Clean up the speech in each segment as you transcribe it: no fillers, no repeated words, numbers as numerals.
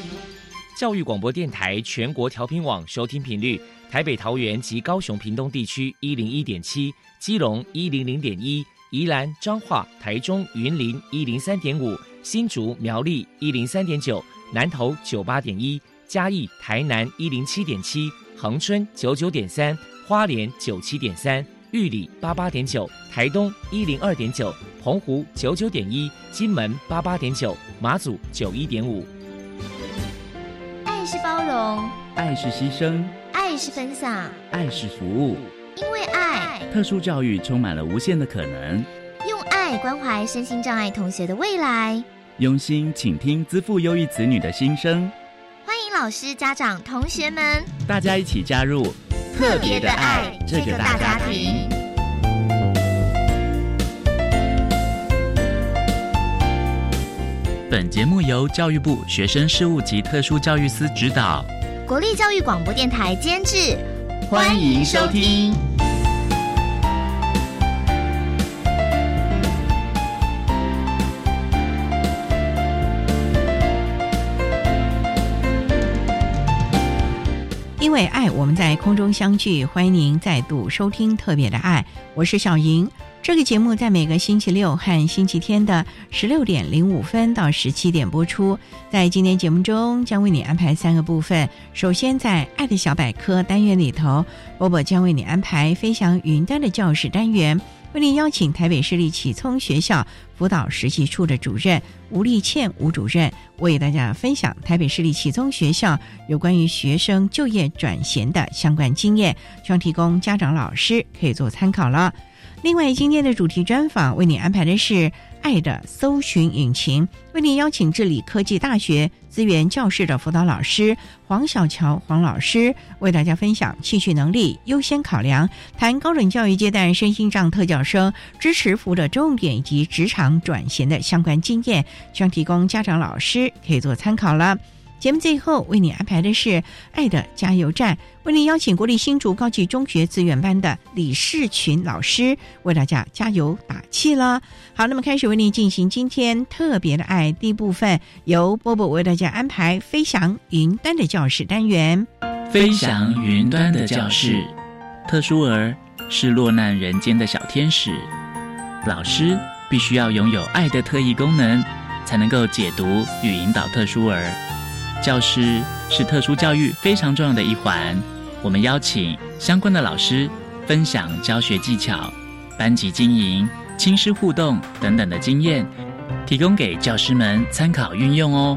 教育广播电台全国调频网收听频率：台北、桃园及高雄屏东地区101.7，基隆100.1，宜兰、彰化、台中、云林103.5，新竹、苗栗103.9，南投98.1，嘉义、台南107.7，恒春99.3，花莲97.3，玉里88.9，台东102.9，澎湖99.1，金门88.9，马祖91.5。 爱是包容， 爱是牺牲， 爱是分享， 爱是服务。 因为爱， 特殊教育充满了无限的可能。 用爱关怀身心障碍同学的未来， 用心倾听资赋优异子女的心声。 欢迎老师、家长、同学们， 大家一起加入特别的爱这个大家庭。 本节目由教育部学生事务及特殊教育司指导， 国立教育广播电台监制， 欢迎收听。 因为爱，我们在空中相聚，欢迎您再度收听特别的爱，我是小莹。这个节目在每个星期六和星期天的16:05到17点播出。在今天节目中，将为你安排3个部分。首先，在爱的小百科单元里头，波波将为你安排飞翔云端的教室单元，为您邀请台北市立启聪学校辅导实习处的主任吴丽倩吴主任，为大家分享台北市立启聪学校有关于学生就业转衔的相关经验，希望提供家长老师可以做参考了。另外，今天的主题专访为你安排的是爱的搜寻引擎，为你邀请致理科技大学资源教室的辅导老师黄小乔黄老师，为大家分享兴趣能力优先考量，谈高等教育阶段身心障特教生支持服务的重点以及职场转型的相关经验，希望提供家长老师可以做参考了。节目最后为你安排的是爱的加油站，为你邀请国立新竹高级中学资源班的李世群老师为大家加油打气了。好，那么开始为你进行今天特别的爱第一部分，由波波为大家安排飞翔云端的教室单元。 飞翔云端的教室，特殊儿是落难人间的小天使，老师必须要拥有爱的特异功能，才能够解读与引导特殊儿。教师是特殊教育非常重要的一环，我们邀请相关的老师分享教学技巧、班级经营、亲师互动等等的经验，提供给教师们参考运用哦。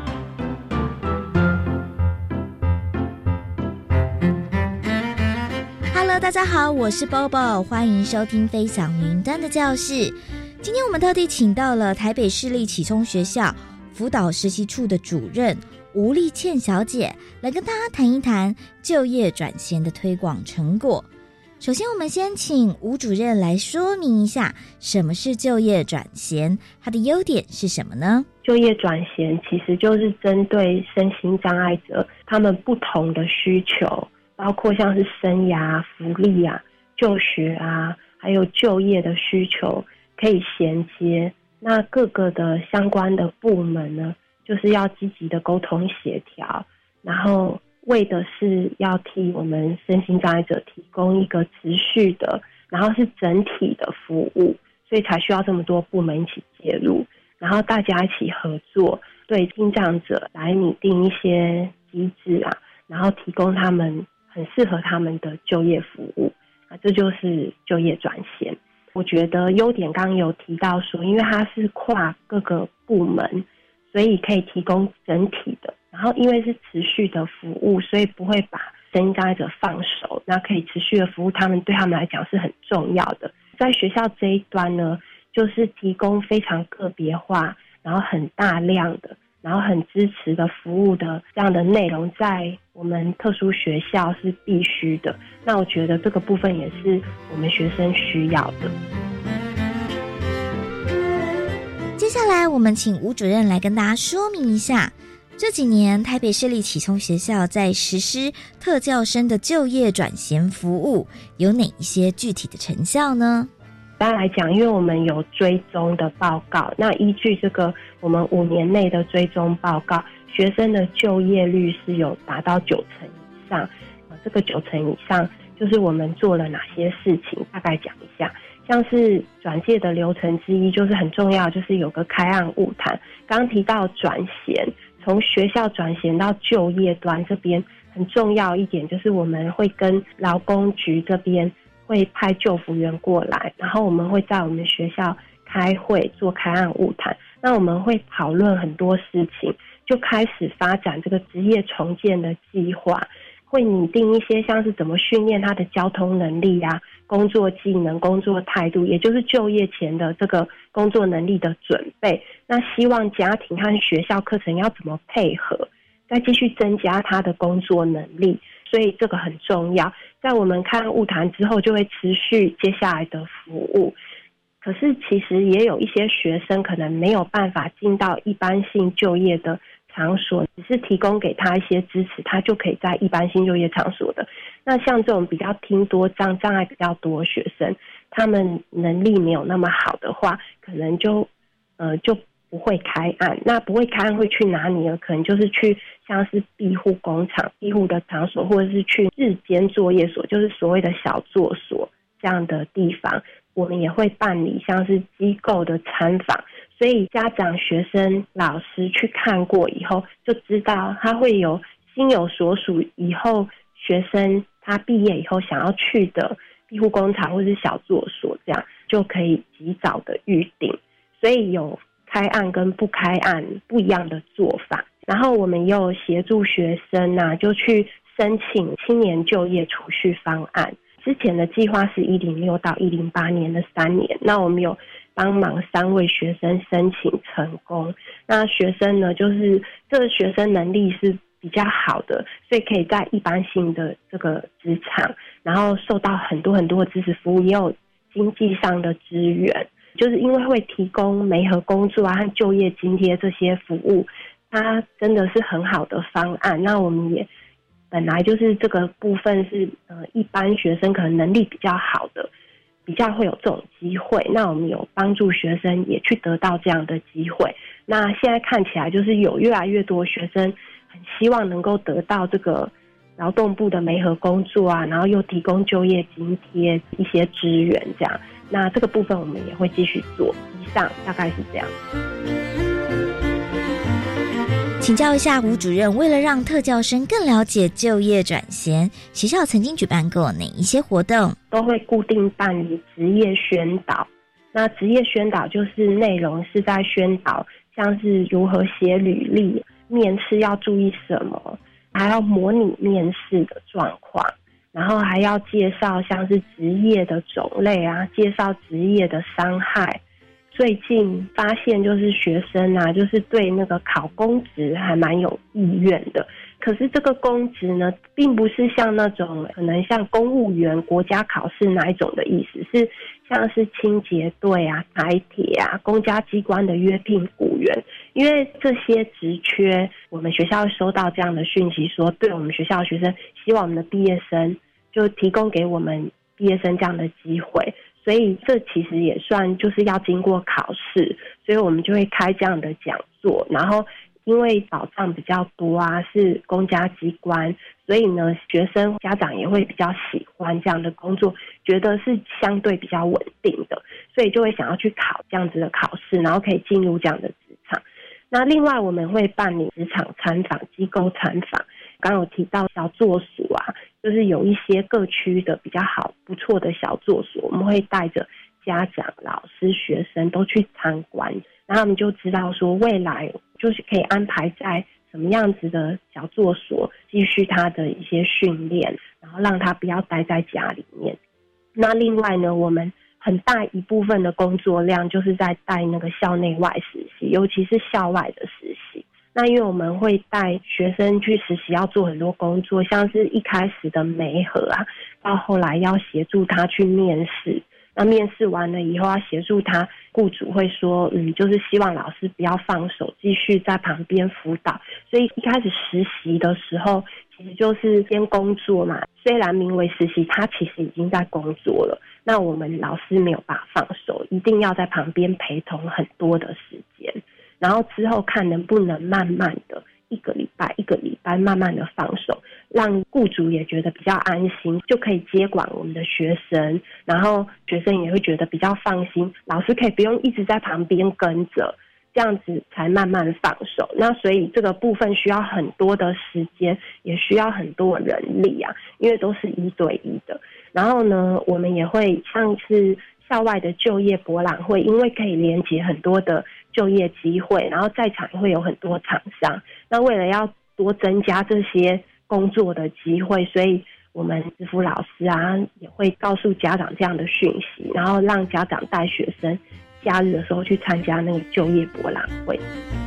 Hello， 大家好，我是 Bobo， 欢迎收听飞翔云端的教室。今天我们特地请到了台北市立启聪学校辅导实习处的主任吴丽倩小姐，来跟大家谈一谈就业转衔的推广成果。首先，我们先请吴主任来说明一下什么是就业转衔，它的优点是什么呢？ 就业转衔其实就是针对身心障碍者他们不同的需求，包括像是生涯、福利啊、就学啊，还有就业的需求可以衔接。那各个的相关的部门呢，就是要积极的沟通协调，然后为的是要替我们身心障碍者提供一个持续的，然后是整体的服务，所以才需要这么多部门一起介入，然后大家一起合作，对听障者来拟定一些机制啊，然后提供他们很适合他们的就业服务啊，这就是就业转衔。我觉得优点刚刚有提到说，因为它是跨各个部门，所以可以提供整体的，然后因为是持续的服务，所以不会把身心障碍者放手，那可以持续的服务他们，对他们来讲是很重要的。在学校这一端呢，就是提供非常个别化，然后很大量的，然后很支持的服务的这样的内容，在我们特殊学校是必须的。那我觉得这个部分也是我们学生需要的。 接下来我们请吴主任来跟大家说明一下，这几年台北市立启聪学校在实施特教生的就业转衔服务有哪一些具体的成效呢？ 一般来讲，因为我们有追踪的报告，那依据这个我们5年内的追踪报告， 学生的就业率是有达到90%以上。这个90%以上就是我们做了哪些事情，大概讲一下。像是转介的流程之一，就是很重要，就是有个开案晤谈。刚刚提到转衔，从学校转衔到就业端这边，很重要一点就是我们会跟劳工局这边会派就服员过来，然后我们会在我们学校开会做开案晤谈。那我们会讨论很多事情，就开始发展这个职业重建的计划，会拟定一些像是怎么训练他的交通能力啊、工作技能、工作态度，也就是就业前的这个工作能力的准备。那希望家庭和学校课程要怎么配合，再继续增加他的工作能力，所以这个很重要。在我们开案晤谈之后，就会持续接下来的服务。可是其实也有一些学生可能没有办法进到一般性就业的场所，只是提供给他一些支持，他就可以在一般性就业场所的。那像这种比较听多障碍比较多的学生，他们能力没有那么好的话，可能就不会开案。那不会开案会去哪里呢？可能就是去像是庇护工厂、庇护的场所，或者是去日间作业所，就是所谓的小作所这样的地方。我们也会办理像是机构的参访，所以家长、学生、老师去看过以后，就知道他会有心有所属，以后学生他毕业以后想要去的庇护工厂或是小作所，这样就可以及早的预定。所以有开案跟不开案不一样的做法。然后我们也有协助学生啊，就去申请青年就业储蓄方案。之前的计划是106到108年的3年，那我们有帮忙3位学生申请成功。那学生呢，就是这个学生能力是比较好的，所以可以在一般性的这个职场，然后受到很多的支持服务，也有经济上的资源，就是因为会提供媒合工作啊和就业津贴这些服务，它真的是很好的方案。那我们也本来就是这个部分是一般学生可能能力比较好的，比较会有这种机会。那我们有帮助学生也去得到这样的机会。那现在看起来就是有越来越多学生很希望能够得到这个劳动部的媒合工作啊，然后又提供就业津贴一些资源这样。那这个部分我们也会继续做。以上大概是这样。 请教一下吴主任，为了让特教生更了解就业转衔，学校曾经举办过哪一些活动？ 都会固定办理职业宣导。那职业宣导就是内容是在宣导像是如何写履历、面试要注意什么，还要模拟面试的状况，然后还要介绍像是职业的种类啊，介绍职业的伤害。最近发现就是学生啊，就是对那个考公职还蛮有意愿的。可是这个公职呢，并不是像那种可能像公务员国家考试那一种的意思，是像是清洁队啊、台铁啊、公家机关的约聘雇员。因为这些职缺，我们学校会收到这样的讯息说，对我们学校的学生，希望我们的毕业生就提供给我们毕业生这样的机会。所以这其实也算就是要经过考试，所以我们就会开这样的讲座。然后因为保障比较多啊，是公家机关，所以呢学生家长也会比较喜欢这样的工作，觉得是相对比较稳定的，所以就会想要去考这样子的考试，然后可以进入这样的职场。那另外我们会办理职场参访、机构参访。刚刚有提到小作所啊，就是有一些各区的比较好不错的小作所，我们会带着家长、老师、学生都去参观，然后他们就知道说未来就是可以安排在什么样子的小作所继续他的一些训练，然后让他不要待在家里面。那另外呢，我们很大一部分的工作量就是在带那个校内外实习，尤其是校外的实习。那因为我们会带学生去实习，要做很多工作，像是一开始的媒合啊，到后来要协助他去面试。那面试完了以后，要协助他，雇主会说，就是希望老师不要放手，继续在旁边辅导。所以一开始实习的时候，其实就是先工作嘛。虽然名为实习，他其实已经在工作了。那我们老师没有办法放手，一定要在旁边陪同很多的时间。然后之后看能不能慢慢的一个礼拜慢慢的放手，让雇主也觉得比较安心，就可以接管我们的学生，然后学生也会觉得比较放心，老师可以不用一直在旁边跟着，这样子才慢慢放手。那所以这个部分需要很多的时间，也需要很多人力啊，因为都是1对1的。然后呢，我们也会像是校外的就业博览会，因为可以连结很多的就业机会，然后在场也会有很多厂商。那为了要多增加这些工作的机会，所以我们师辅老师啊也会告诉家长这样的讯息，然后让家长带学生假日的时候去参加那个就业博览会。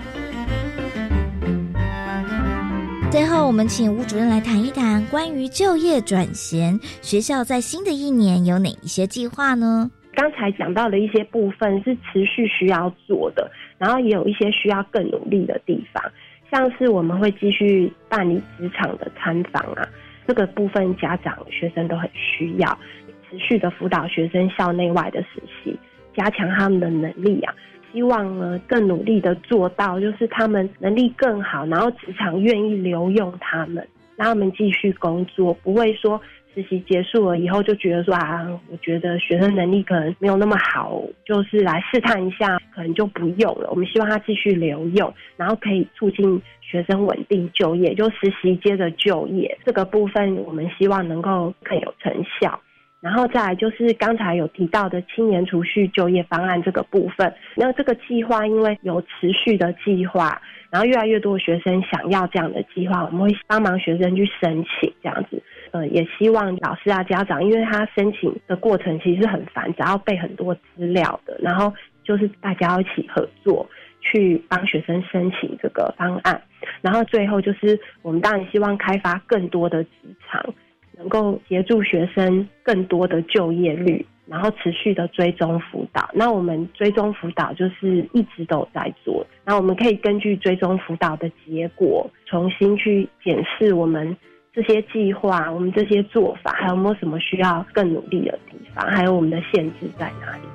最后，我们请吴主任来谈一谈关于就业转衔，学校在新的一年有哪一些计划呢？ 刚才讲到的一些部分是持续需要做的，然后也有一些需要更努力的地方，像是我们会继续办理职场的参访啊，这个部分家长学生都很需要，持续的辅导学生校内外的实习，加强他们的能力啊，希望呢更努力的做到就是他们能力更好，然后职场愿意留用他们，让他们继续工作，不会说实习结束了以后就觉得说啊，我觉得学生能力可能没有那么好，就是来试探一下，可能就不用了。我们希望他继续留用，然后可以促进学生稳定就业，就实习接着就业，这个部分我们希望能够更有成效。然后再来就是刚才有提到的青年储蓄就业方案这个部分，那这个计划因为有持续的计划，然后越来越多的学生想要这样的计划，我们会帮忙学生去申请这样子。也希望老师啊家长，因为他申请的过程其实是很繁杂，要备很多资料的，然后就是大家要一起合作去帮学生申请这个方案。然后最后就是我们当然希望开发更多的职场，能够协助学生更多的就业率，然后持续的追踪辅导。那我们追踪辅导就是一直都有在做，那我们可以根据追踪辅导的结果重新去检视我们这些计划，我们这些做法还有没有什么需要更努力的地方，还有我们的限制在哪里。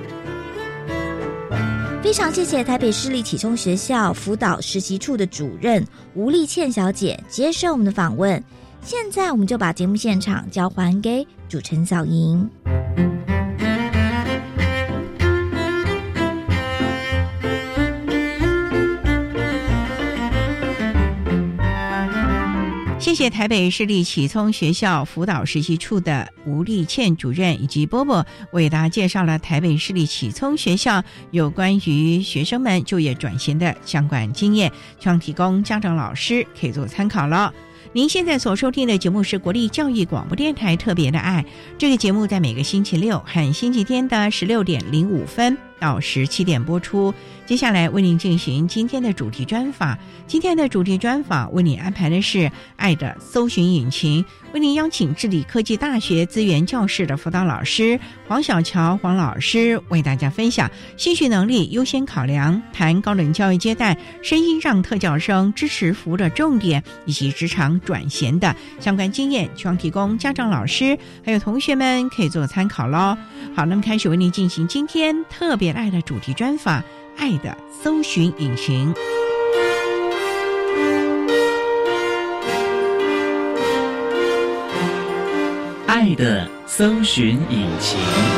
非常谢谢台北市立启聪学校辅导实习处的主任吴丽倩小姐接受我们的访问。现在我们就把节目现场交还给主持人小莹。 谢谢台北市立启聪学校辅导实习处的吴丽倩主任以及波波为大家介绍了台北市立启聪学校有关于学生们就业转型的相关经验，希望提供家长老师可以做参考了。您现在所收听的节目是国立教育广播电台特别的爱，这个节目在每个星期六和星期天的16点05分到17点播出。接下来为您进行今天的主题专访，今天的主题专访为您安排的是爱的搜寻引擎，为您邀请致理科技大学资源教室的辅导老师黄小乔黄老师为大家分享兴趣能力优先考量，谈高等教育阶段身心障特教生支持服务的重点以及职场转衔的相关经验，希望提供家长老师还有同学们可以做参考咯。好，那么开始为您进行今天特别爱的主题专访，爱的搜寻引擎。 爱的搜寻引擎。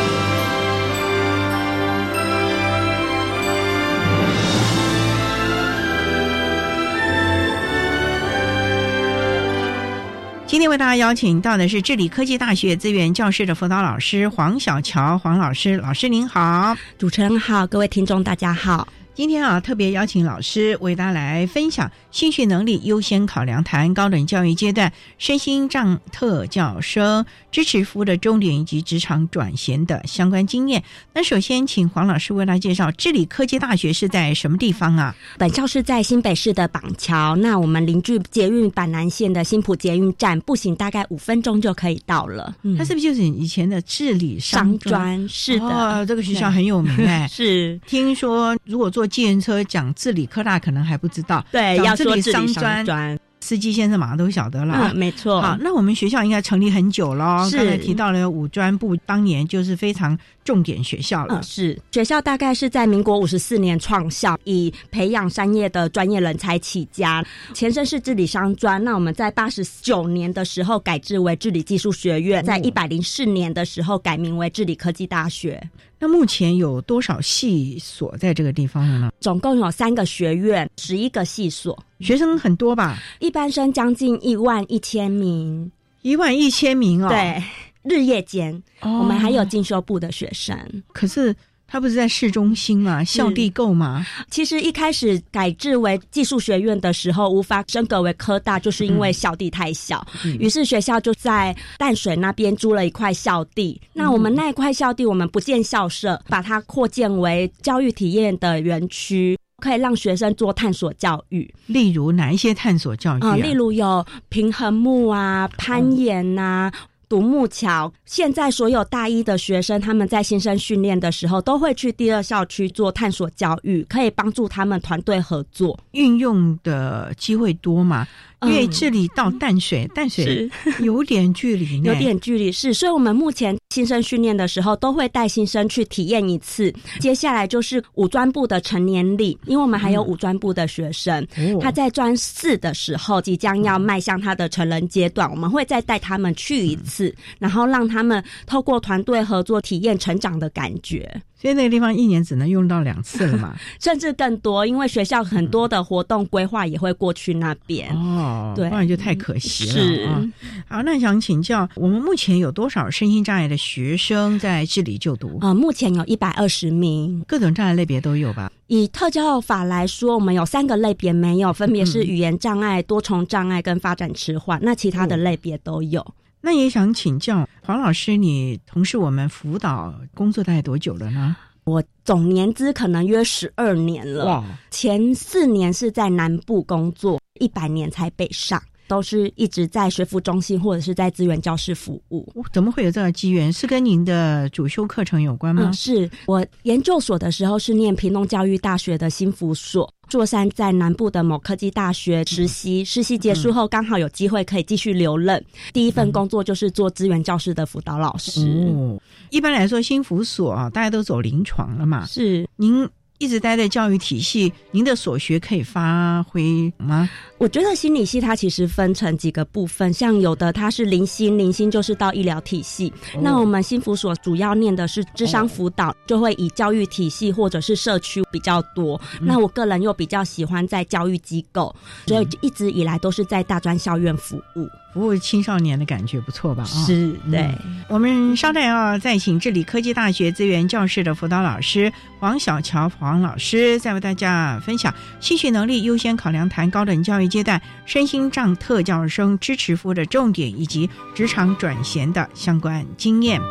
今天为大家邀请到的是致理科技大学资源教室的辅导老师黄小乔黄老师，老师您好。 主持人好，各位听众大家好。 今天特别邀请老师为大家来分享兴趣能力优先考量，谈高等教育阶段身心障特教生支持服务的重点以及职场转衔的相关经验。那首先请黄老师为大家介绍致理科技大学是在什么地方啊？ 本校是在新北市的板桥，那我们邻居捷运板南线的新埔捷运站，步行大概5分钟就可以到了。 它是不是就是以前的致理商专？ 是的， 这个学校很有名哎。 是， 听说如果坐计程车讲致理科大可能还不知道， 对，要说致理商专。 司机先生马上都晓得了没错。 好，那我们学校应该成立很久了，刚才提到了五专部当年就是非常重点学校了。 是学校大概是在民国54年创校，以培养商业的专业人才起家，前身是治理商专，那我们在89年的时候改制为治理技术学院，在104年的时候改名为治理科技大学。 那目前有多少系所在这个地方呢？ 总共有3个学院，11个系所， 学生很多吧？ 一般生将近11000名。 11000名哦？ 对，日夜间，我们还有进修部的学生。 可是它不是在市中心吗？校地够吗？ 其实一开始改制为技术学院的时候，无法升格为科大，就是因为校地太小，于是学校就在淡水那边租了一块校地。那我们那一块校地，我们不建校舍，把它扩建为教育体验的园区，可以让学生做探索教育。 例如哪一些探索教育例如有平衡木啊、攀岩啊、独木桥。现在所有大一的学生，他们在新生训练的时候都会去第2校区做探索教育，可以帮助他们团队合作， 运用的机会多嘛？因为这里到淡水有点距离呢， 有点距离是，所以我们目前新生训练的时候都会带新生去体验一次。接下来就是五专部的成年礼，因为我们还有五专部的学生，他在专4的时候即将要迈向他的成人阶段，我们会再带他们去一次，然后让他们透过团队合作体验成长的感觉。 所以那个地方1年只能用到2次了嘛， 甚至更多，因为学校很多的活动规划也会过去那边。对， 不然就太可惜了。 是好，那想请教，我们目前有多少身心障碍的学生在这里就读？ 目前有120名， 各种障碍类别都有吧？ 以特教法来说，我们有3个类别没有，分别是语言障碍、多重障碍跟发展迟缓，那其他的类别都有。 那也想请教黄老师，你从事我们辅导工作大概多久了呢？ 我总年资可能约12年了。哇！前4年是在南部工作，100年才北上，都是一直在学辅中心或者是在资源教室服务。 怎么会有这个机缘？是跟您的主修课程有关吗？ 是我研究所的时候是念屏东教育大学的心辅所，座山在南部的某科技大学实习结束后刚好有机会可以继续留任，第一份工作就是做资源教室的辅导老师。 一般来说心辅所大家都走临床了嘛， 是您一直待在教育体系，您的所学可以发挥吗？ 我觉得心理系它其实分成几个部分，像有的它是零星就是到医疗体系，那我们心辅所主要念的是諮商辅导，就会以教育体系或者是社区比较多。那我个人又比较喜欢在教育机构，所以一直以来都是在大专校院服务青少年的感觉不错吧？ 是，对。 我们稍待再请治理科技大学资源教室的辅导老师黄小乔黄老师，再为大家分享兴趣能力优先考量谈高等教育阶段身心障特教生支持服务的重点以及职场转衔的相关经验。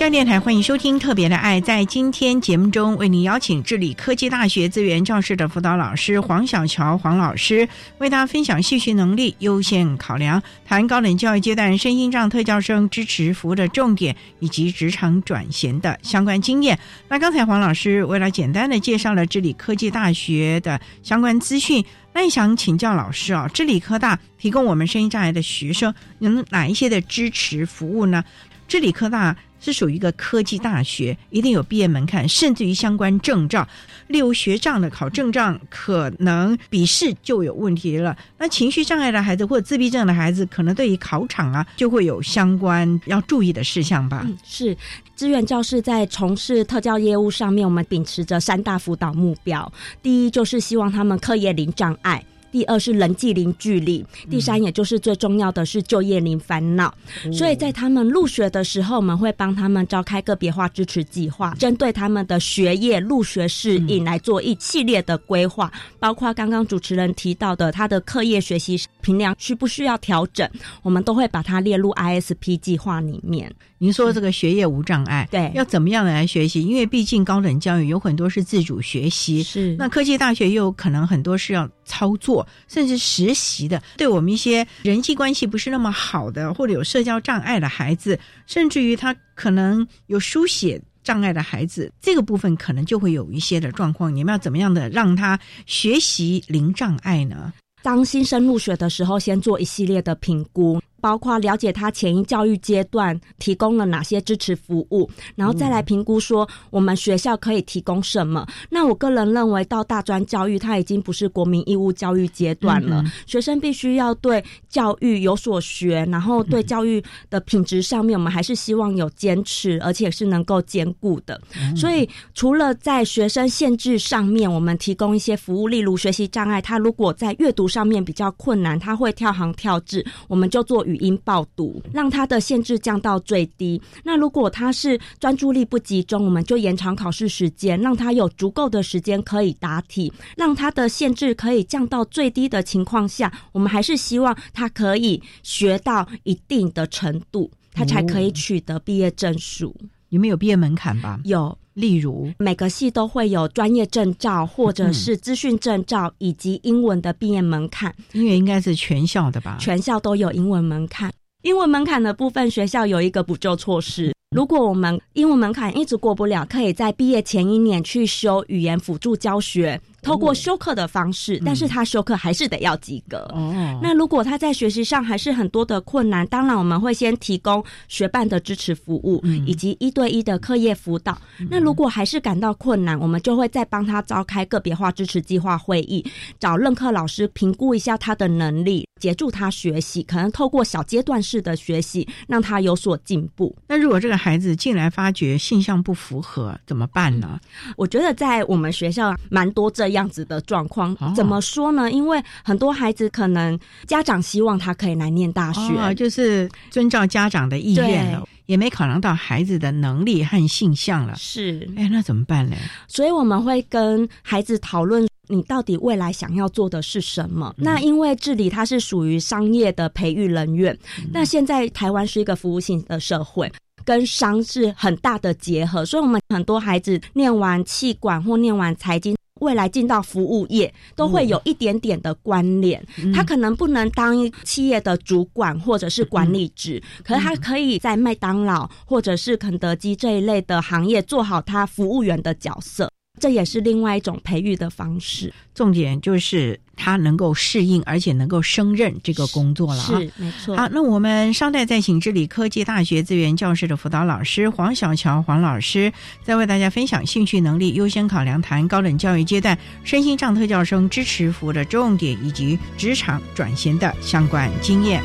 山电台，欢迎收听特别的爱。在今天节目中，为您邀请致理科技大学资源教室的辅导老师黄小乔黄老师，为大家分享戏剧能力优先考量，谈高等教育阶段身心障特教生支持服务的重点以及职场转型的相关经验。那刚才黄老师为了简单的介绍了致理科技大学的相关资讯，那也想请教老师致理科大提供我们身心障碍的学生有哪一些的支持服务呢？致理科大是属于一个科技大学，一定有毕业门槛，甚至于相关证照，例如学障的考证照可能笔试就有问题了，那情绪障碍的孩子或者自闭症的孩子可能对于考场就会有相关要注意的事项吧。 是资源教室在从事特教业务上面，我们秉持着3大辅导目标。第一就是希望他们课业零障碍，第二是人际零距离，第三也就是最重要的是就业零烦恼。所以在他们入学的时候，我们会帮他们召开个别化支持计划，针对他们的学业入学适应来做一系列的规划，包括刚刚主持人提到的他的课业学习评量需不需要调整，我们都会把它列入 ISP 计划里面。 您说这个学业无障碍， 对， 要怎么样的来学习？因为毕竟高等教育有很多是自主学习， 是那科技大学又有可能很多是要操作甚至实习的，对我们一些人际关系不是那么好的，或者有社交障碍的孩子，甚至于他可能有书写障碍的孩子，这个部分可能就会有一些的状况，你们要怎么样的让他学习零障碍呢？ 当新生入学的时候，先做一系列的评估，包括了解他前一教育阶段提供了哪些支持服务，然后再来评估说我们学校可以提供什么。那我个人认为到大专教育它已经不是国民义务教育阶段了，学生必须要对教育有所学，然后对教育的品质上面我们还是希望有坚持，而且是能够兼顾的。所以除了在学生限制上面我们提供一些服务，例如学习障碍，他如果在阅读上面比较困难，他会跳行跳字，我们就做语音报读，让他的限制降到最低。那如果他是专注力不集中，我们就延长考试时间，让他有足够的时间可以答题，让他的限制可以降到最低的情况下，我们还是希望他可以学到一定的程度，他才可以取得毕业证书。 你们有毕业门槛吧？ 有， 例如每个系都会有专业证照或者是资讯证照，以及英文的毕业门槛。 因为应该是全校的吧？ 全校都有英文门槛。英文门槛的部分，学校有一个补救措施，如果我们英文门槛一直过不了，可以在毕业前1年去修语言辅助教学，透过修课的方式，但是他修课还是得要及格。那如果他在学习上还是很多的困难，当然我们会先提供学伴的支持服务，以及1对1的课业辅导。那如果还是感到困难，我们就会再帮他召开个别化支持计划会议，找任课老师评估一下他的能力，协助他学习，可能透过小阶段式的学习，让他有所进步。 那如果这个孩子进来发觉性向不符合怎么办呢？ 我觉得在我们学校蛮多这样子的状况。怎么说呢？因为很多孩子可能家长希望他可以来念大学， 就是遵照家长的意愿了，也没考量到孩子的能力和性向了。 是， 那怎么办呢？ 所以我们会跟孩子讨论你到底未来想要做的是什么。那因为致理它是属于商业的培育人员，那现在台湾是一个服务性的社会，跟商是很大的结合，所以我们很多孩子念完企管或念完财经，未来进到服务业都会有一点点的关联。他可能不能当企业的主管或者是管理职，可是他可以在麦当劳或者是肯德基这一类的行业做好他服务员的角色，这也是另外一种培育的方式。 重点就是他能够适应，而且能够胜任这个工作了。 是，没错。 好，那我们稍待再请致理科技大学资源教室的辅导老师黄小乔黄老师，再为大家分享兴趣能力优先考量，谈高等教育阶段身心障特教生支持服务的重点以及职场转型的相关经验。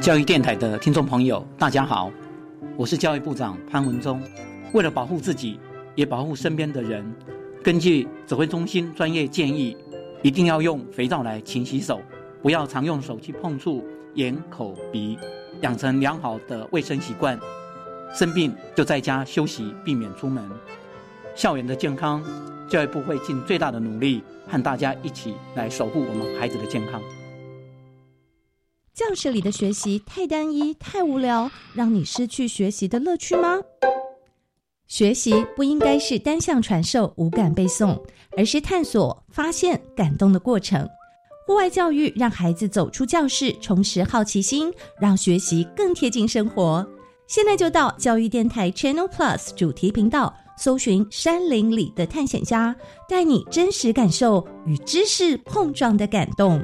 教育电台的听众朋友，大家好，我是教育部长潘文忠。为了保护自己，也保护身边的人，根据指挥中心专业建议，一定要用肥皂来勤洗手，不要常用手去碰触眼、口、鼻，养成良好的卫生习惯。生病就在家休息，避免出门。校园的健康，教育部会尽最大的努力，和大家一起来守护我们孩子的健康。 教室里的学习太单一、太无聊，让你失去学习的乐趣吗？学习不应该是单向传授、无感背诵，而是探索、发现、感动的过程。户外教育让孩子走出教室，重拾好奇心，让学习更贴近生活。现在就到教育电台 Channel Plus 主题频道，搜寻山林里的探险家，带你真实感受与知识碰撞的感动。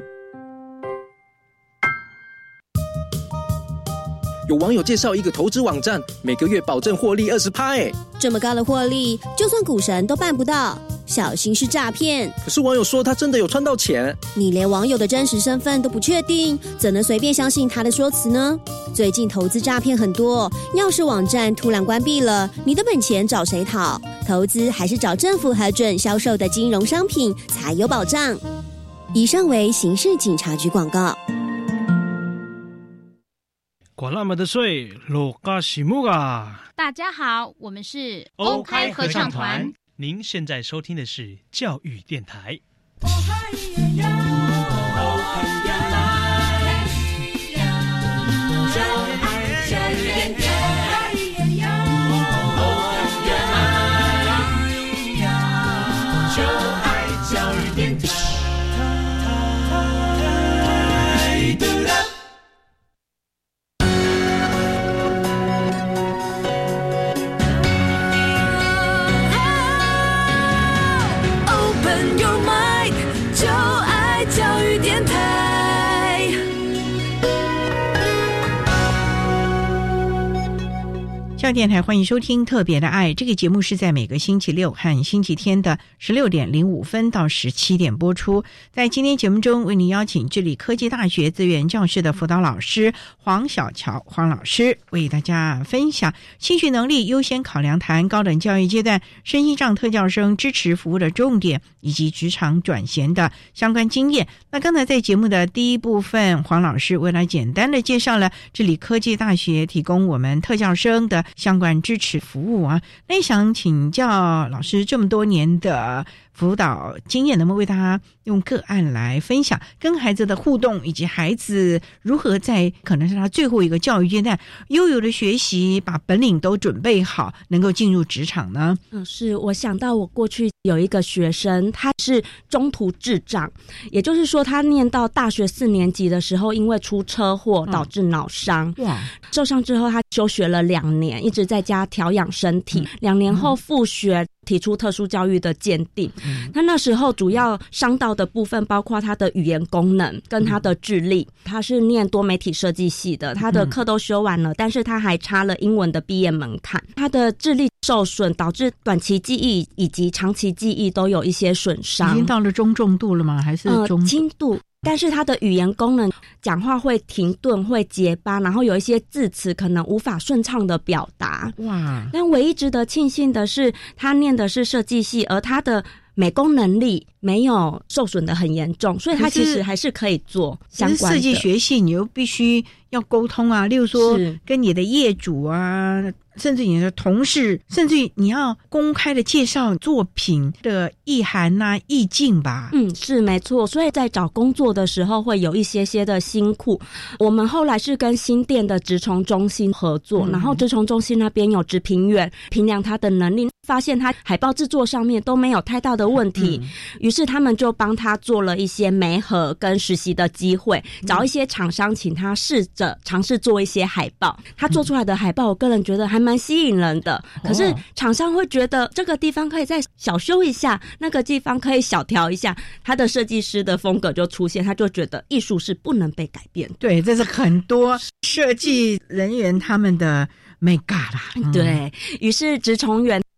有网友介绍一个投资网站，每个月保证获利 20%， 这么高的获利，就算股神都办不到，小心是诈骗。 可是网友说他真的有赚到钱。 你连网友的真实身份都不确定，怎能随便相信他的说辞呢？最近投资诈骗很多，要是网站突然关闭了，你的本钱找谁讨？投资还是找政府核准销售的金融商品才有保障。以上为刑事警察局广告。 管那么的水，罗嘎西木啊！ 大家好，我们是欧开合唱团。 您现在收听的是教育电台。 教育电台欢迎收听特别的爱，这个节目是在每个星期六和星期天的16点05分到17点播出。在今天节目中，为您邀请致理科技大学资源教室的辅导老师黄小乔黄老师，为大家分享兴趣能力优先考量，谈高等教育阶段身心障特教生支持服务的重点以及职场转衔的相关经验。那刚才在节目的第一部分，黄老师为了简单的介绍了致理科技大学提供我们特教生的相关支持服务啊，那想请教老师这么多年的辅导经验，能不能为大家用个案来分享跟孩子的互动，以及孩子如何在可能是他最后一个教育阶段悠悠的学习，把本领都准备好，能够进入职场呢？ 是我想到我过去有一个学生，他是中途智障，也就是说他念到大学4年级的时候，因为出车祸导致脑伤，受伤之后他休学了2年，一直在家调养身体，2年后复学，提出特殊教育的鉴定。他那时候主要伤到的部分包括他的语言功能跟他的智力。他是念多媒体设计系的，他的课都修完了，但是他还差了英文的毕业门槛。他的智力受损，导致短期记忆以及长期记忆都有一些损伤。 已经到了中重度了吗？还是轻度？但是他的语言功能，讲话会停顿，会结巴，然后有一些字词可能无法顺畅的表达。哇！但唯一值得庆幸的是，他念的是设计系，而他的美工能力没有受损的很严重，所以他其实还是可以做相关的。 设计学系你又必须要沟通啊，例如说跟你的业主啊，甚至你的同事，甚至你要公开的介绍作品的意涵啊、意境吧。 是没错。所以在找工作的时候会有一些的辛苦。我们后来是跟新店的职虫中心合作，然后职虫中心那边有职评员评量他的能力，发现他海报制作上面都没有太大的问题，于是他们就帮他做了一些媒合跟实习的机会，找一些厂商请他试着尝试做一些海报。他做出来的海报我个人觉得还蛮吸引人的，可是厂商会觉得这个地方可以再小修一下，那个地方可以小调一下，他的设计师的风格就出现，他就觉得艺术是不能被改变的。 对，这是很多设计人员他们的美感啦。 对，于是职虫员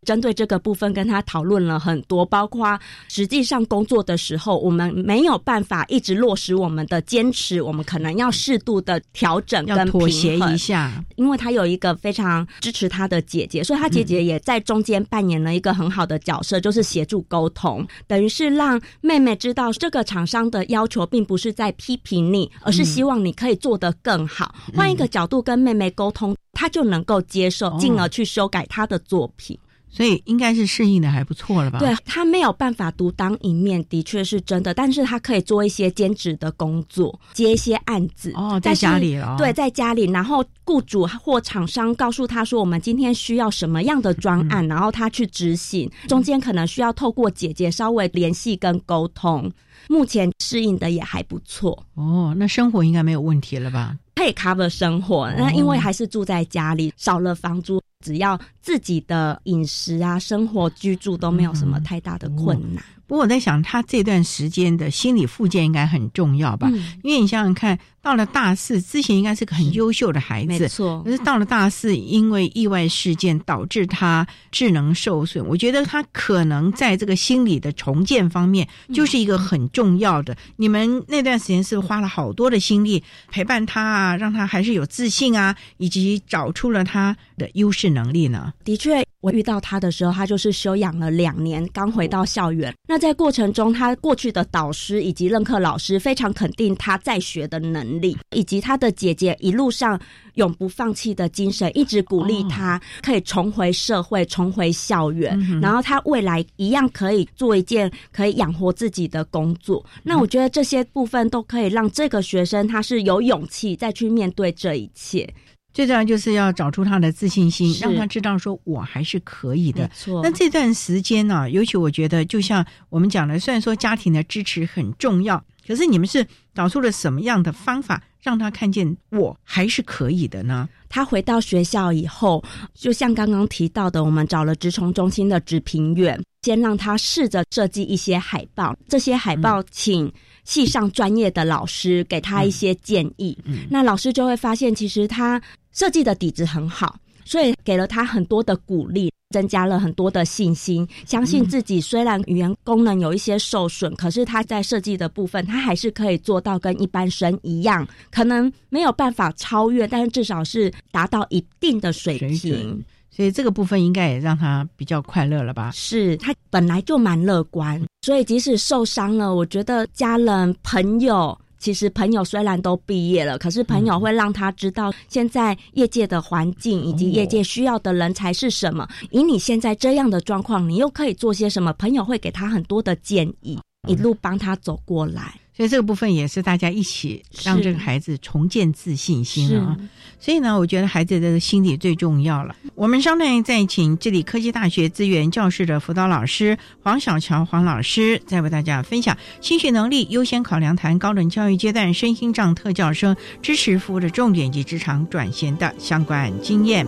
针对这个部分跟他讨论了很多，包括实际上工作的时候我们没有办法一直落实我们的坚持，我们可能要适度的调整跟平衡， 要妥协一下。 因为他有一个非常支持他的姐姐，所以他姐姐也在中间扮演了一个很好的角色，就是协助沟通，等于是让妹妹知道这个厂商的要求并不是在批评你，而是希望你可以做得更好，换一个角度跟妹妹沟通，她就能够接受，进而去修改她的作品。 所以应该是适应的还不错了吧？ 对，他没有办法独当一面，的确是真的，但是他可以做一些兼职的工作，接一些案子。 在家里了。 对，在家里，然后雇主或厂商告诉他说我们今天需要什么样的专案，然后他去执行，中间可能需要透过姐姐稍微联系跟沟通，目前适应的也还不错。 那生活应该没有问题了吧？ 可以 cover 生活，那因为还是住在家里，少了房租，只要自己的饮食啊、生活居住都没有什么太大的困难。 不过我在想，他这段时间的心理复健应该很重要吧？因为你想想看，到了大四之前应该是个很优秀的孩子， 没错。 可是到了大四，因为意外事件导致他智能受损，我觉得他可能在这个心理的重建方面就是一个很重要的。你们那段时间是不是花了好多的心力陪伴他啊，让他还是有自信啊，以及找出了他的优势能力呢？ 的确，我遇到他的时候，他就是休养了2年，刚回到校园。那在过程中，他过去的导师以及任课老师非常肯定他在学的能力，以及他的姐姐一路上永不放弃的精神，一直鼓励他可以重回社会，重回校园，然后他未来一样可以做一件可以养活自己的工作。那我觉得这些部分都可以让这个学生他是有勇气再去面对这一切。 最重要就是要找出他的自信心，让他知道说我还是可以的。 没错。 那这段时间呢，尤其我觉得就像我们讲的，虽然说家庭的支持很重要，可是你们是找出了什么样的方法让他看见我还是可以的呢？ 他回到学校以后，就像刚刚提到的，我们找了职重中心的职评员，先让他试着设计一些海报，这些海报请系上专业的老师给他一些建议，那老师就会发现其实他设计的底子很好，所以给了他很多的鼓励，增加了很多的信心，相信自己虽然语言功能有一些受损，可是他在设计的部分他还是可以做到跟一般生一样，可能没有办法超越，但是至少是达到一定的水平。 所以这个部分应该也让他比较快乐了吧？ 是，他本来就蛮乐观，所以即使受伤了，我觉得家人朋友，其实朋友虽然都毕业了，可是朋友会让他知道现在业界的环境以及业界需要的人才是什么，以你现在这样的状况，你又可以做些什么，朋友会给他很多的建议，一路帮他走过来。 所以这个部分也是大家一起让这个孩子重建自信心啊。所以呢，我觉得孩子的心理最重要了。我们稍待再请致理科技大学资源教室的辅导老师黄小乔黄老师，再为大家分享心学能力优先考量谈高等教育阶段身心障特教生支持服务的重点及职场转型的相关经验。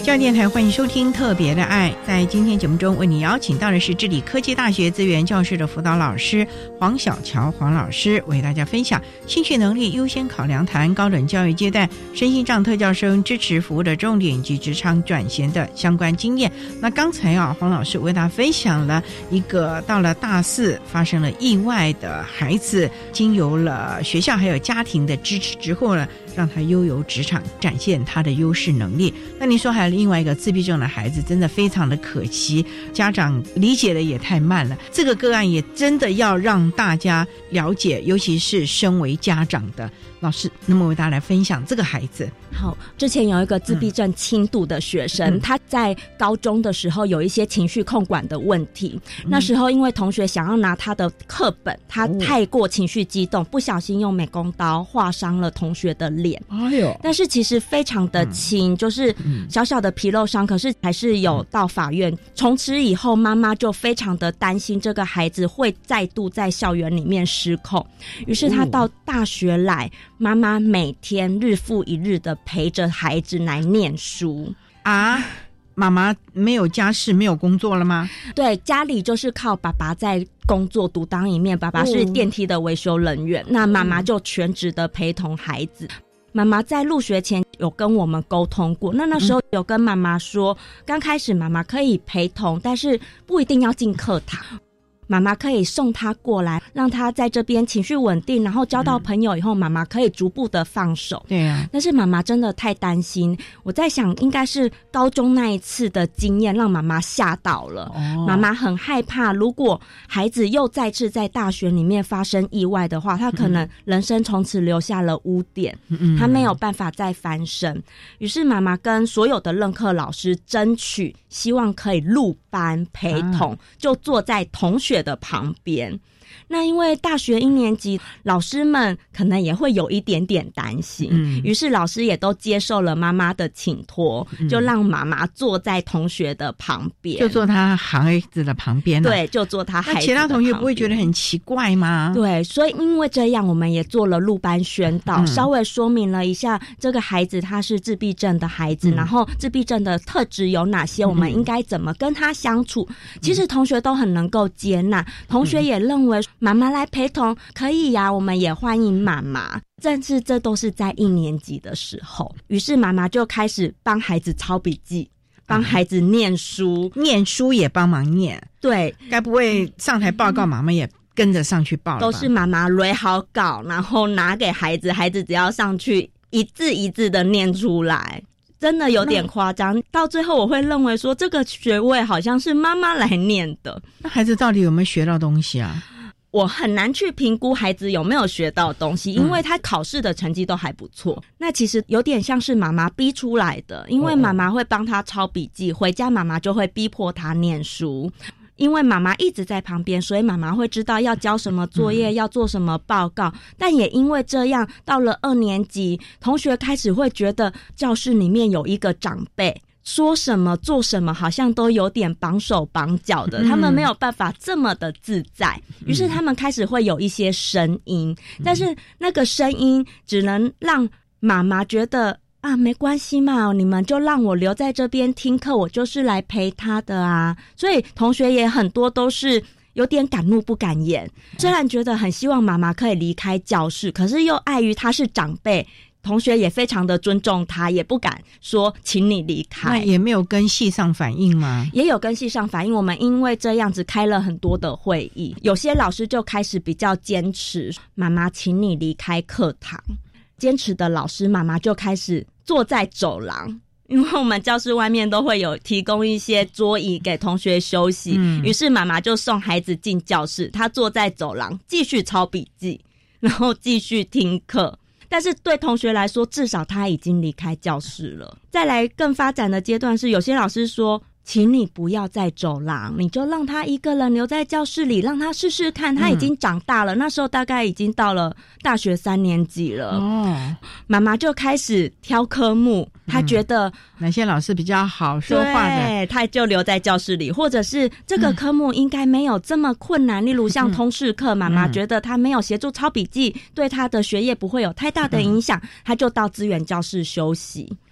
教育电台欢迎收听特别的爱，在今天节目中为你邀请到的是致理科技大学资源教室的辅导老师黄小乔黄老师，为大家分享兴趣能力优先考量谈高等教育阶段身心障特教生支持服务的重点及职场转型的相关经验。那刚才黄老师为大家分享了一个到了大四发生了意外的孩子，经由了学校还有家庭的支持之后呢，让他悠游职场，展现他的优势能力。那你说还有另外一个自闭症的孩子，真的非常的可惜，家长理解的也太慢了。这个个案也真的要让大家了解，尤其是身为家长的老师，那么为大家来分享这个孩子。 好，之前有一个自闭症轻度的学生，他在高中的时候有一些情绪控管的问题，那时候因为同学想要拿他的课本，他太过情绪激动，不小心用美工刀划伤了同学的脸。 哎呦！ 但是其实非常的轻，就是小小的皮肉伤，可是还是有到法院。从此以后，妈妈就非常的担心这个孩子会再度在校园里面失控，于是他到大学来，妈妈每天日复一日的陪着孩子来念书啊。妈妈没有家事没有工作了吗？ 对，家里就是靠爸爸在工作独当一面，爸爸是电梯的维修人员，那妈妈就全职的陪同孩子。妈妈在入学前有跟我们沟通过，那时候有跟妈妈说，刚开始妈妈可以陪同，但是不一定要进课堂，妈妈可以送他过来，让他在这边情绪稳定，然后交到朋友以后，妈妈可以逐步的放手。 对啊， 但是妈妈真的太担心，我在想应该是高中那一次的经验让妈妈吓到了。妈妈很害怕，如果孩子又再次在大学里面发生意外的话，他可能人生从此留下了污点，他没有办法再翻身。于是妈妈跟所有的任课老师争取，希望可以入班陪同，就坐在同学的旁边。那因为大学1年级，老师们可能也会有一点点担心，于是老师也都接受了妈妈的请托，就让妈妈坐在同学的旁边， 就坐他孩子的旁边。 对，就坐他孩子的旁边。那其他同学不会觉得很奇怪吗？ 对，所以因为这样，我们也做了入班宣导，稍微说明了一下这个孩子他是自闭症的孩子，然后自闭症的特质有哪些，我们应该怎么跟他相处。其实同学都很能够接纳，同学也认为妈妈来陪同可以呀，我们也欢迎妈妈。但是这都是在1年级的时候，于是妈妈就开始帮孩子抄笔记，帮孩子念书， 念书也帮忙念。 对， 该不会上台报告，妈妈也跟着上去报了吧？ 都是妈妈蕊好稿，然后拿给孩子，孩子只要上去一字一字的念出来。真的有点夸张，到最后我会认为说这个学位好像是妈妈来念的。 那孩子到底有没有学到东西啊？ 我很难去评估孩子有没有学到东西，因为他考试的成绩都还不错。那其实有点像是妈妈逼出来的，因为妈妈会帮他抄笔记，回家妈妈就会逼迫他念书。因为妈妈一直在旁边，所以妈妈会知道要交什么作业，要做什么报告。但也因为这样，到了2年级，同学开始会觉得教室里面有一个长辈，说什么做什么好像都有点绑手绑脚的，他们没有办法这么的自在，于是他们开始会有一些声音，但是那个声音只能让妈妈觉得啊，没关系嘛，你们就让我留在这边听课，我就是来陪他的啊。所以同学也很多都是有点敢怒不敢言，虽然觉得很希望妈妈可以离开教室，可是又碍于他是长辈，同学也非常的尊重他，也不敢说请你离开。 那也没有跟系上反映吗？ 也有跟系上反映，我们因为这样子开了很多的会议，有些老师就开始比较坚持，妈妈请你离开课堂。坚持的老师妈妈就开始坐在走廊，因为我们教室外面都会有提供一些桌椅给同学休息，于是妈妈就送孩子进教室，她坐在走廊继续抄笔记，然后继续听课。但是对同学来说，至少他已经离开教室了。再来更发展的阶段是，有些老师说请你不要在走廊，你就让他一个人留在教室里，让他试试看。他已经长大了，那时候大概已经到了大学3年级了。妈妈就开始挑科目，他觉得哪些老师比较好说话的， 对，他就留在教室里，或者是这个科目应该没有这么困难，例如像通识课，妈妈觉得他没有协助抄笔记，对他的学业不会有太大的影响，他就到资源教室休息。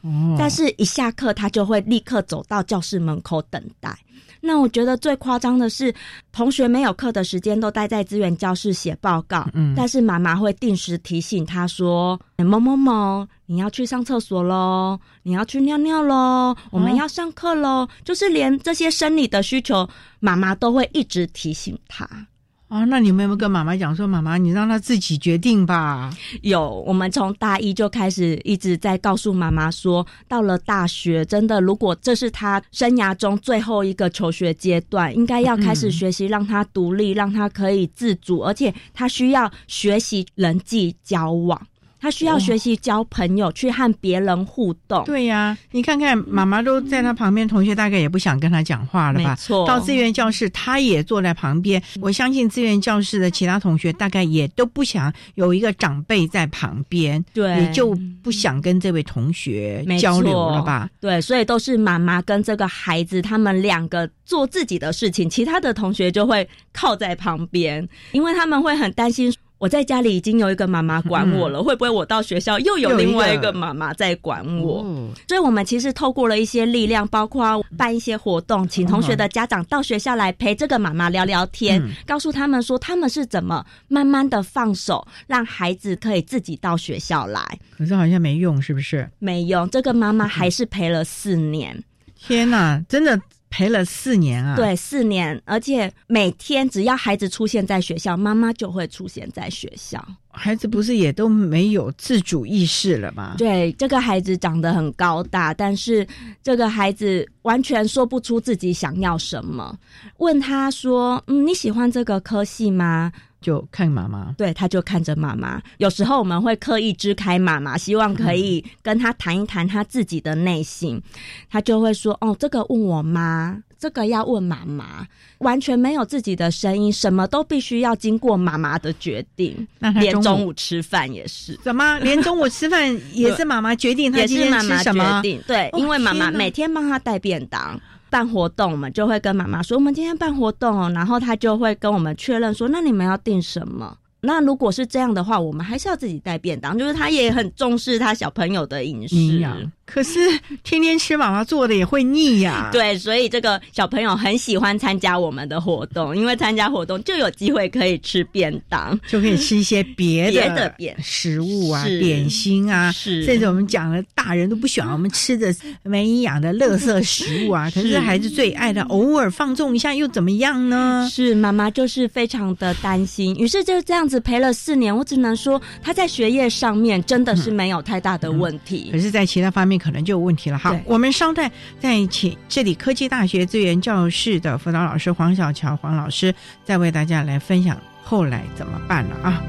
但是一下课他就会立刻走到教室门口等待。那我觉得最夸张的是，同学没有课的时间都待在资源教室写报告，但是妈妈会定时提醒他说，某某某你要去上厕所咯，你要去尿尿咯，我们要上课咯，就是连这些生理的需求妈妈都会一直提醒他。 那你们有没有跟妈妈讲说，妈妈你让她自己决定吧？ 有，我们从大一就开始一直在告诉妈妈说，到了大学真的如果这是她生涯中最后一个求学阶段，应该要开始学习让她独立，让她可以自主，而且她需要学习人际交往，他需要学习交朋友，去和别人互动。 对呀，你看看妈妈都在他旁边，同学大概也不想跟他讲话了吧？ 没错。 到资源教室他也坐在旁边，我相信资源教室的其他同学大概也都不想有一个长辈在旁边， 对， 也就不想跟这位同学交流了吧？ 对，所以都是妈妈跟这个孩子他们两个做自己的事情，其他的同学就会靠在旁边，因为他们会很担心，我在家里已经有一个妈妈管我了，会不会我到学校又有另外一个妈妈在管我？所以我们其实透过了一些力量，包括办一些活动，请同学的家长到学校来陪这个妈妈聊聊天，告诉他们说他们是怎么慢慢的放手，让孩子可以自己到学校来。 可是好像没用，是不是？ 没用，这个妈妈还是陪了4年。 天哪，真的陪了4年啊！ 对，4年，而且每天只要孩子出现在学校，妈妈就会出现在学校。 孩子不是也都没有自主意识了吗？ 对，这个孩子长得很高大，但是这个孩子完全说不出自己想要什么。问他说，你喜欢这个科系吗？ 就看妈妈。 对，他就看着妈妈。有时候我们会刻意支开妈妈，希望可以跟他谈一谈他自己的内心。他就会说，这个问我妈，这个要问妈妈，完全没有自己的声音，什么都必须要经过妈妈的决定。 那他连中午吃饭也是。 怎么连中午吃饭也是妈妈决定他今天吃什么？ 也是妈妈决定。对，因为妈妈每天帮他带便当。办活动我们就会跟妈妈说，我们今天办活动哦，然后他就会跟我们确认说，那你们要订什么？那如果是这样的话，我们还是要自己带便当，就是他也很重视他小朋友的饮食。 可是天天吃妈妈做的也会腻呀。 对，所以这个小朋友很喜欢参加我们的活动，因为参加活动就有机会可以吃便当， 就可以吃一些别的食物啊、点心啊，甚至我们讲了大人都不喜欢我们吃的没营养的垃圾食物啊，可是孩子最爱的偶尔放纵一下又怎么样呢？ 是，妈妈就是非常的担心，于是就这样子陪了4年，我只能说他在学业上面真的是没有太大的问题， 可是在其他方面可能就有问题了。好，我们稍待再请这里科技大学资源教室的辅导老师黄小乔黄老师再为大家来分享后来怎么办了啊。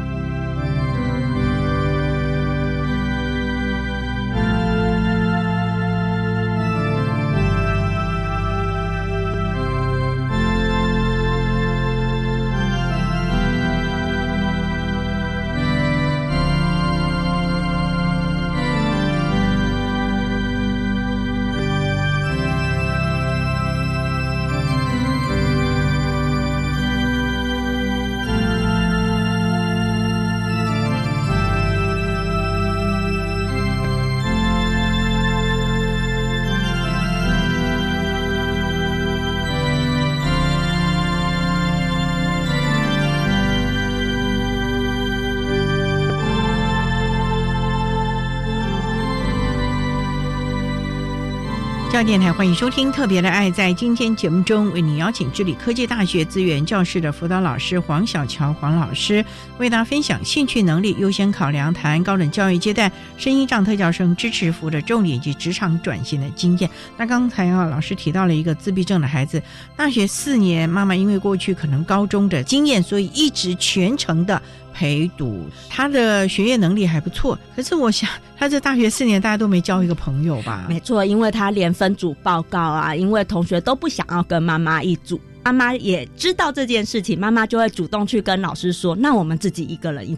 电台欢迎收听特别的爱，在今天节目中为你邀请致理科技大学资源教室的辅导老师黄小乔黄老师，为大家分享兴趣能力优先考量，谈高等教育阶段声音障特教生支持服务的重点以及职场转型的经验。那刚才老师提到了一个自闭症的孩子，大学4年，妈妈因为过去可能高中的经验，所以一直全程的陪读，他的学业能力还不错，可是我想他这大学4年大家都没交一个朋友吧？ 没错，因为他连分组报告啊，因为同学都不想要跟妈妈一组，妈妈也知道这件事情，妈妈就会主动去跟老师说，那我们自己一个人一组。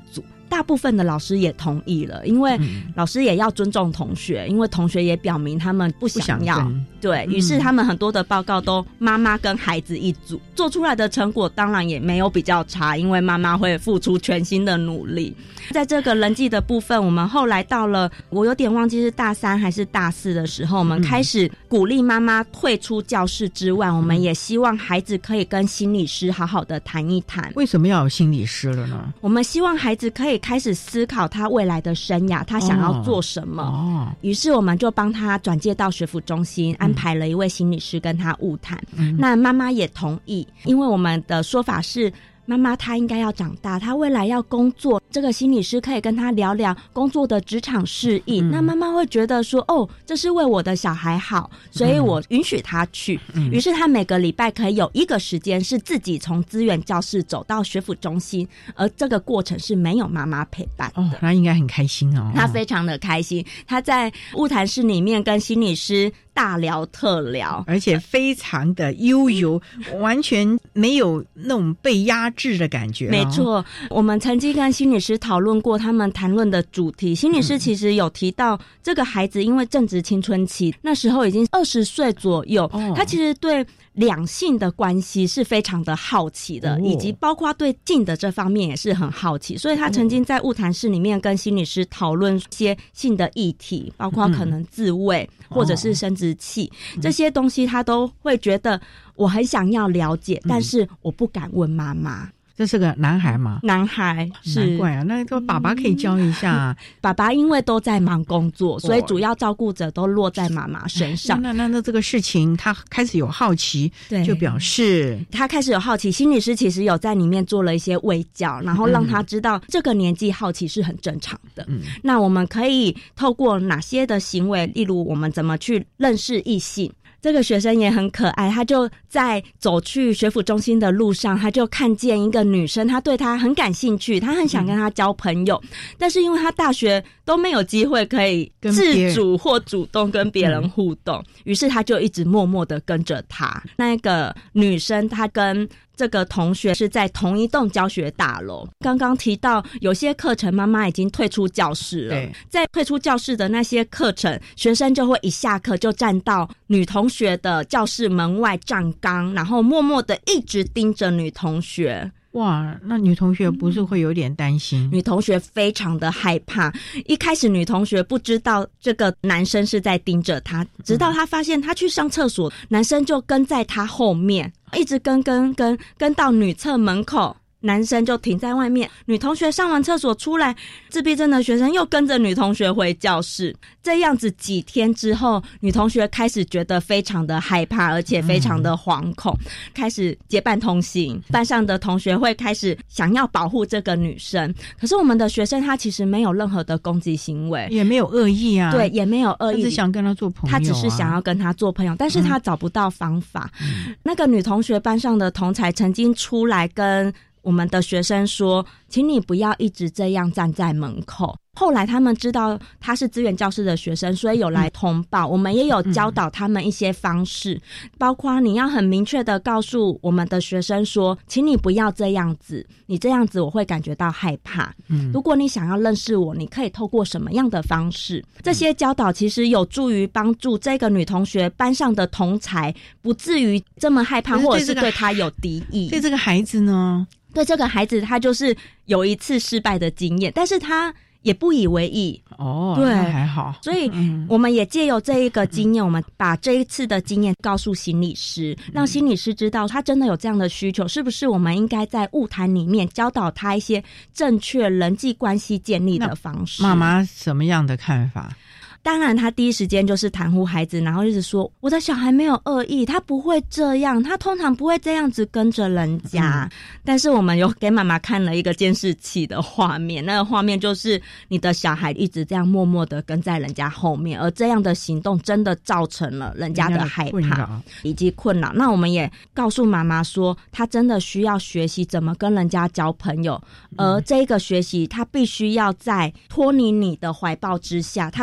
大部分的老师也同意了，因为老师也要尊重同学，因为同学也表明他们不想要，对，于是他们很多的报告都妈妈跟孩子一组，做出来的成果当然也没有比较差，因为妈妈会付出全心的努力。在这个人际的部分，我们后来到了我有点忘记是大3还是大4的时候，我们开始鼓励妈妈退出教室之外，我们也希望孩子可以跟心理师好好的谈一谈。 为什么要有心理师了呢？ 我们希望孩子可以开始思考他未来的生涯，他想要做什么。于是我们就帮他转介到学辅中心，安排了一位心理师跟他晤谈。那妈妈也同意，因为我们的说法是妈妈她应该要长大，她未来要工作，这个心理师可以跟她聊聊工作的职场适应。那妈妈会觉得说，这是为我的小孩好，所以我允许她去。于是她每个礼拜可以有一个时间是自己从资源教室走到学辅中心，而这个过程是没有妈妈陪伴的。 她应该很开心哦。 她非常的开心，她在晤谈室里面跟心理师大聊特聊， 而且非常的悠游，完全没有那种被压制的感觉。 没错，我们曾经跟心理师讨论过他们谈论的主题，心理师其实有提到这个孩子因为正值青春期，那时候已经20岁左右，他其实对两性的关系是非常的好奇的，以及包括对性的这方面也是很好奇，所以他曾经在晤谈室里面跟心理师讨论一些性的议题，包括可能自慰或者是生殖器，这些东西他都会觉得我很想要了解，但是我不敢问妈妈。 这是个男孩吗？ 男孩，是。 难怪啊，那个爸爸可以教一下。 爸爸因为都在忙工作，所以主要照顾者都落在妈妈身上。 那这个事情他开始有好奇，对，就表示他开始有好奇。心理师其实有在里面做了一些卫教，然后让他知道这个年纪好奇是很正常的。那我们可以透过哪些的行为，例如我们怎么去认识异性。这个学生也很可爱，他就在走去学辅中心的路上，他就看见一个女生，他对她很感兴趣，他很想跟她交朋友，但是因为他大学都没有机会可以自主或主动跟别人互动，于是他就一直默默的跟着她。那个女生她跟这个同学是在同一栋教学大楼，刚刚提到有些课程妈妈已经退出教室了，在退出教室的那些课程，学生就会一下课就站到女同学的教室门外站岗，然后默默的一直盯着女同学。 哇，那女同学不是会有点担心？ 女同学非常的害怕，一开始女同学不知道这个男生是在盯着她，直到她发现她去上厕所，男生就跟在她后面，一直跟到女厕门口，男生就停在外面。女同学上完厕所出来，自闭症的学生又跟着女同学回教室。这样子几天之后，女同学开始觉得非常的害怕，而且非常的惶恐，开始结伴同行。班上的同学会开始想要保护这个女生，可是我们的学生他其实没有任何的攻击行为， 也没有恶意啊。 对，也没有恶意， 他只想跟他做朋友啊。 他只是想要跟他做朋友，但是他找不到方法。那个女同学班上的同侪曾经出来跟我们的学生说，请你不要一直这样站在门口。后来他们知道他是资源教室的学生，所以有来通报，我们也有教导他们一些方式，包括你要很明确的告诉我们的学生说，请你不要这样子，你这样子我会感觉到害怕。如果你想要认识我，你可以透过什么样的方式。这些教导其实有助于帮助这个女同学班上的同侪不至于这么害怕，或者是对她有敌意。 对这个孩子呢？ 对这个孩子，他就是有一次失败的经验，但是他也不以为意。对， 那还好。 所以我们也借由这一个经验，我们把这一次的经验告诉心理师，让心理师知道他真的有这样的需求，是不是我们应该在晤谈里面教导他一些正确人际关系建立的方式。 妈妈什么样的看法？ 当然他第一时间就是袒护孩子，然后一直说我的小孩没有恶意，他不会这样，他通常不会这样子跟着人家。但是我们有给妈妈看了一个监视器的画面，那个画面就是你的小孩一直这样默默的跟在人家后面，而这样的行动真的造成了人家的害怕以及困扰。那我们也告诉妈妈说，他真的需要学习怎么跟人家交朋友，而这个学习他必须要在脱离你的怀抱之下，他可以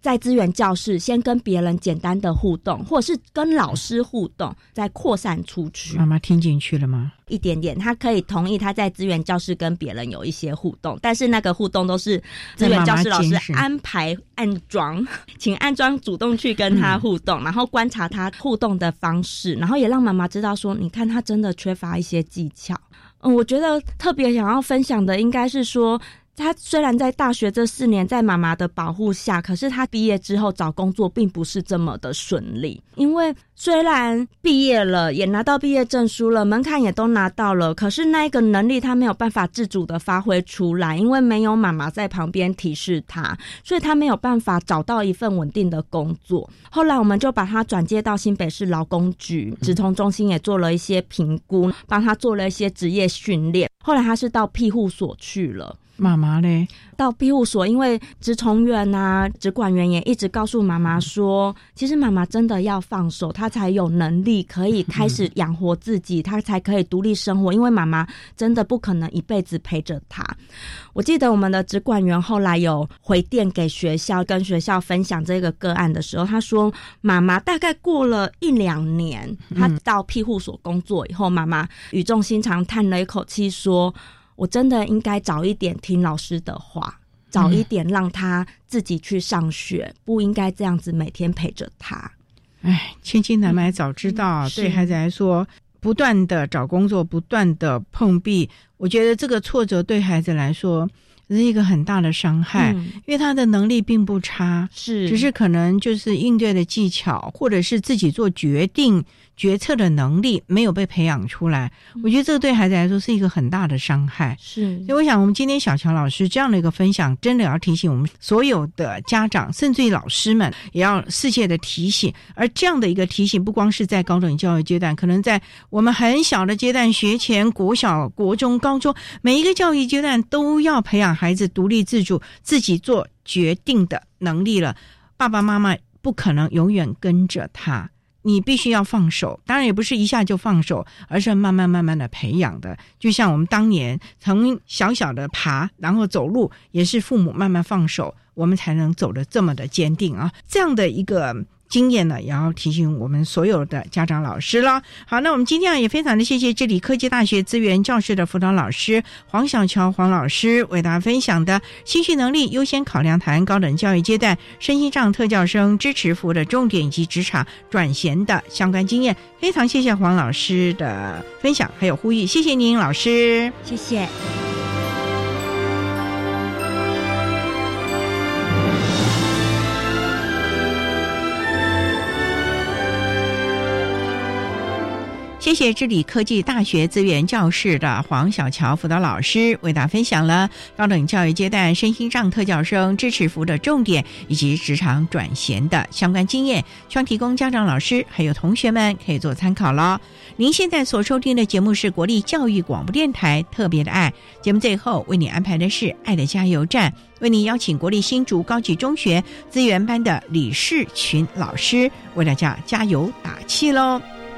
在资源教室先跟别人简单的互动，或者是跟老师互动，再扩散出去。 妈妈听进去了吗？ 一点点，他可以同意他在资源教室跟别人有一些互动，但是那个互动都是资源教室老师安排安装，请安装主动去跟他互动，然后观察他互动的方式，然后也让妈妈知道说，你看他真的缺乏一些技巧。我觉得特别想要分享的应该是说，他虽然在大学这4年在妈妈的保护下，可是他毕业之后找工作并不是这么的顺利。因为虽然毕业了，也拿到毕业证书了，门槛也都拿到了，可是那一个能力他没有办法自主的发挥出来，因为没有妈妈在旁边提示他，所以他没有办法找到一份稳定的工作。后来我们就把他转接到新北市劳工局职从中心，也做了一些评估，帮他做了一些职业训练。后来他是到庇护所去了。 妈妈嘞， 到庇护所，因为职从员啊、职管员也一直告诉妈妈说，其实妈妈真的要放手，她才有能力可以开始养活自己，她才可以独立生活，因为妈妈真的不可能一辈子陪着她。我记得我们的职管员后来有回电给学校，跟学校分享这个个案的时候，他说妈妈大概过了1-2年，她到庇护所工作以后，妈妈语重心长叹了一口气说，我真的应该早一点听老师的话，早一点让他自己去上学，不应该这样子每天陪着他。 千金难买早知道，对孩子来说不断的找工作，不断的碰壁，我觉得这个挫折对孩子来说是一个很大的伤害，因为他的能力并不差，只是可能就是应对的技巧，或者是自己做决策的能力没有被培养出来，我觉得这个对孩子来说是一个很大的伤害。所以我想我们今天小乔老师这样的一个分享，真的要提醒我们所有的家长，甚至于老师们也要世切的提醒。而这样的一个提醒不光是在高等教育阶段，可能在我们很小的阶段，学前、国小、国中、高中，每一个教育阶段都要培养孩子独立自主、自己做决定的能力了。爸爸妈妈不可能永远跟着他，你必须要放手，当然也不是一下就放手，而是慢慢的培养的。就像我们当年从小小的爬，然后走路，也是父母慢慢放手，我们才能走得这么的坚定啊！这样的一个经验呢，也要提醒我们所有的家长老师了。好，那我们今天也非常的谢谢致理科技大学资源教室的辅导老师黄小乔黄老师为大家分享的兴趣能力优先考量台湾高等教育阶段身心障特教生支持服务的重点以及职场转衔的相关经验。非常谢谢黄老师的分享还有呼吁，谢谢您老师。 谢谢。 谢谢致理科技大学资源教室的黄小乔辅导老师为大家分享了高等教育阶段身心障特教生支持服务的重点以及职场转衔的相关经验，希望提供家长老师还有同学们可以做参考了。您现在所收听的节目是国立教育广播电台特别的爱节目，最后为你安排的是爱的加油站，为你邀请国立新竹高级中学资源班的李世群老师为大家加油打气咯。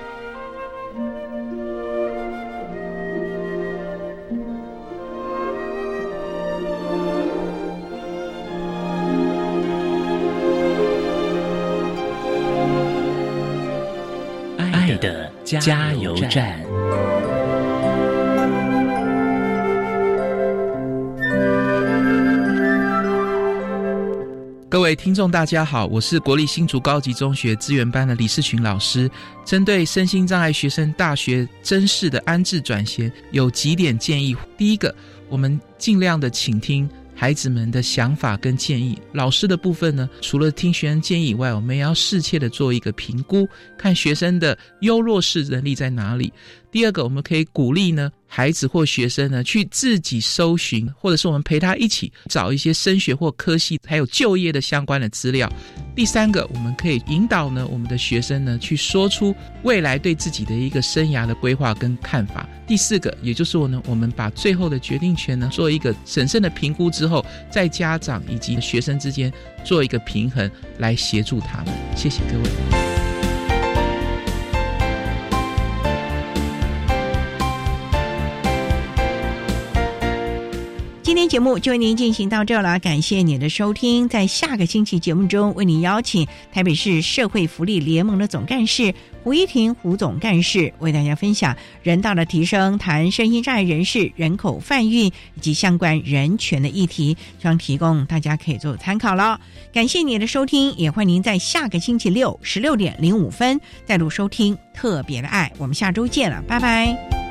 爱的加油站。 各位听众大家好，我是国立新竹高级中学资源班的李世群老师。针对身心障碍学生大学甄试的安置转衔有几点建议。第一个，我们尽量的倾听孩子们的想法跟建议，老师的部分呢，除了听学生建议以外，我们也要适切的做一个评估，看学生的优弱势能力在哪里。第二个，我们可以鼓励呢孩子或学生呢去自己搜寻，或者是我们陪他一起找一些升学或科系还有就业的相关的资料。第三个，我们可以引导呢我们的学生呢去说出未来对自己的一个生涯的规划跟看法。第四个，也就是我们把最后的决定权呢做一个审慎的评估之后，在家长以及学生之间做一个平衡，来协助他们。谢谢各位。 今今天节目就为您进行到这了，感谢您的收听。在下个星期节目中，为您邀请台北市社会福利联盟的总干事胡依婷胡总干事，为大家分享人道的提升，谈身心障碍人士人口贩运以及相关人权的议题，希望提供大家可以做参考了。感谢您的收听，也欢迎您在下个星期六16:05再度收听特别的爱。我们下周见了，拜拜。